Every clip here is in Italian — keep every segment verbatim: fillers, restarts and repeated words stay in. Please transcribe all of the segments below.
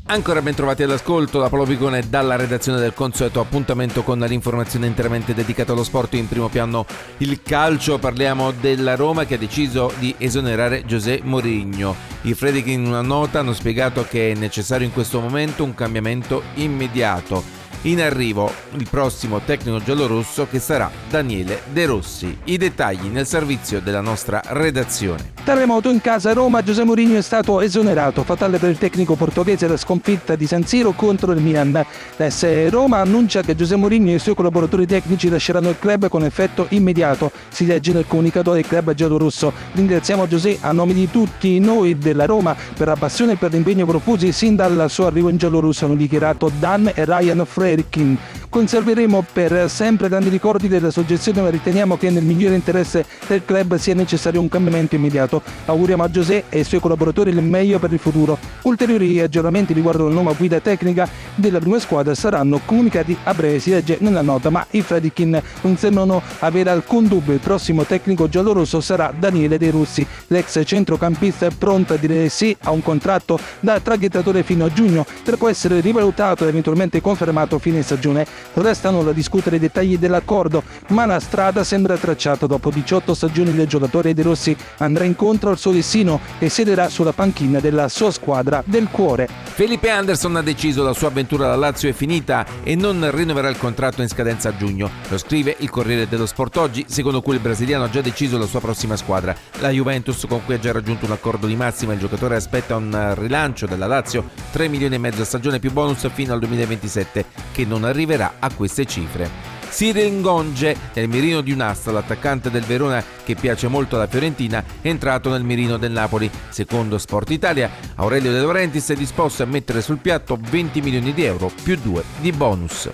Ancora ben trovati all'ascolto, da Paolo Picone dalla redazione del consueto appuntamento con l'informazione interamente dedicata allo sport. In primo piano il calcio, parliamo della Roma che ha deciso di esonerare José Mourinho. I Friedkin in una nota hanno spiegato che è necessario in questo momento un cambiamento immediato. In arrivo il prossimo tecnico giallorosso che sarà Daniele De Rossi. I dettagli nel servizio della nostra redazione. Terremoto in casa Roma, José Mourinho è stato esonerato, fatale per il tecnico portoghese la sconfitta di San Siro contro il Milan. La S E Roma annuncia che José Mourinho e i suoi collaboratori tecnici lasceranno il club con effetto immediato, si legge nel comunicato del club giallorosso. Ringraziamo José a nome di tutti noi della Roma per la passione e per l'impegno profusi sin dal suo arrivo in giallorosso, hanno dichiarato Dan e Ryan Friedkin. Conserveremo per sempre grandi ricordi della soggezione, ma riteniamo che nel migliore interesse del club sia necessario un cambiamento immediato. Auguriamo a José e ai suoi collaboratori il meglio per il futuro. Ulteriori aggiornamenti riguardo la nuova guida tecnica della prima squadra saranno comunicati a breve, si legge nella nota, ma i Friedkin non sembrano avere alcun dubbio. Il prossimo tecnico giallorosso sarà Daniele De Rossi. L'ex centrocampista è pronto a dire sì a un contratto da traghettatore fino a giugno, per poi essere rivalutato ed eventualmente confermato fine stagione. Restano da discutere i dettagli dell'accordo, ma la strada sembra tracciata. Dopo diciotto stagioni del giocatore De Rossi andrà incontro al suo destino e siederà sulla panchina della sua squadra del cuore. Felipe Anderson ha deciso la sua avventura alla Lazio è finita e non rinnoverà il contratto in scadenza a giugno. Lo scrive il Corriere dello Sport oggi, secondo cui il brasiliano ha già deciso la sua prossima squadra, la Juventus, con cui ha già raggiunto un accordo di massima. Il giocatore aspetta un rilancio della Lazio, tre milioni e mezzo a stagione più bonus fino al duemilaventisette, che non arriverà a queste cifre. Cyril Ngonge, nel mirino di un'asta, l'attaccante del Verona che piace molto alla Fiorentina, è entrato nel mirino del Napoli. Secondo Sport Italia, Aurelio De Laurentiis è disposto a mettere sul piatto venti milioni di euro più due di bonus.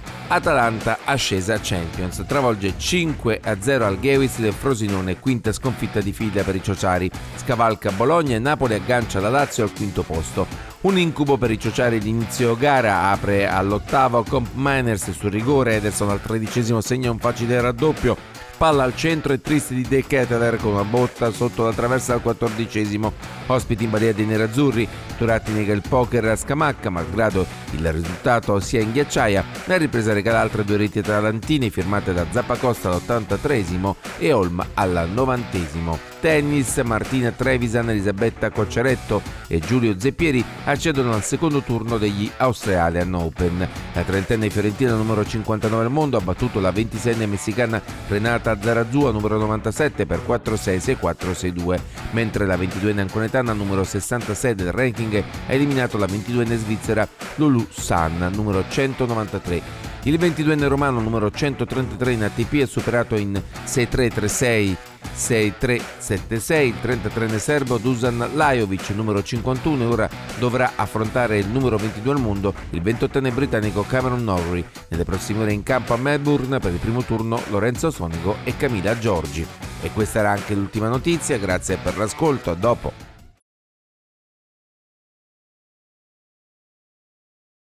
Atalanta ascesa a Champions, travolge cinque a zero al Gewitz del Frosinone, quinta sconfitta di fila per i ciociari, scavalca Bologna e Napoli aggancia la Lazio al quinto posto. Un incubo per i ciociari, l'inizio gara apre all'ottavo con Miners sul rigore, Ederson al tredicesimo segna un facile raddoppio, palla al centro e triste di De Ketelaere con una botta sotto la traversa al quattordicesimo. Ospiti in balia dei nerazzurri, Turatti nega il poker a Scamacca, malgrado il risultato sia in ghiacciaia. La ripresa regala altre due reti atalantine firmate da Zappacosta all'ottantatreesimo e Olma al novantesimo. Tennis, Martina Trevisan, Elisabetta Cocciaretto e Giulio Zeppieri accedono al secondo turno degli Australian Open. La trentenne fiorentina numero cinquantanove al mondo ha battuto la ventiseienne messicana Renata Zarazua numero novantasette per quattro sei sei quattro sei due, mentre la ventiduenne anconetana numero sessantasei del ranking ha eliminato la ventiduenne svizzera Lulu San numero centonovantatré. Il ventiduenne romano numero centotrentatré in A T P è superato in sei tre tre sei sei tre sette sei, il trentatreenne serbo Dusan Lajovic numero cinquantuno, e ora dovrà affrontare il numero ventidue al mondo, il ventottenne britannico Cameron Norrie. Nelle prossime ore in campo a Melbourne per il primo turno Lorenzo Sonigo e Camila Giorgi. E questa era anche l'ultima notizia, grazie per l'ascolto, a dopo.